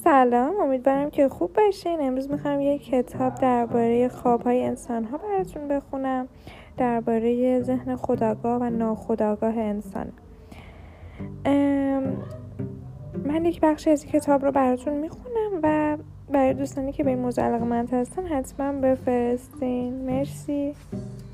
سلام، امیدوارم که خوب باشین. امروز میخوام یک کتاب درباره خوابهای انسان‌ها براتون بخونم، درباره ذهن خودآگاه و ناخودآگاه انسان. من یک بخشی از این کتاب رو براتون میخونم و برای دوستانی که به این موضوع علاقه‌مند هستن حتما بفرستین. مرسی.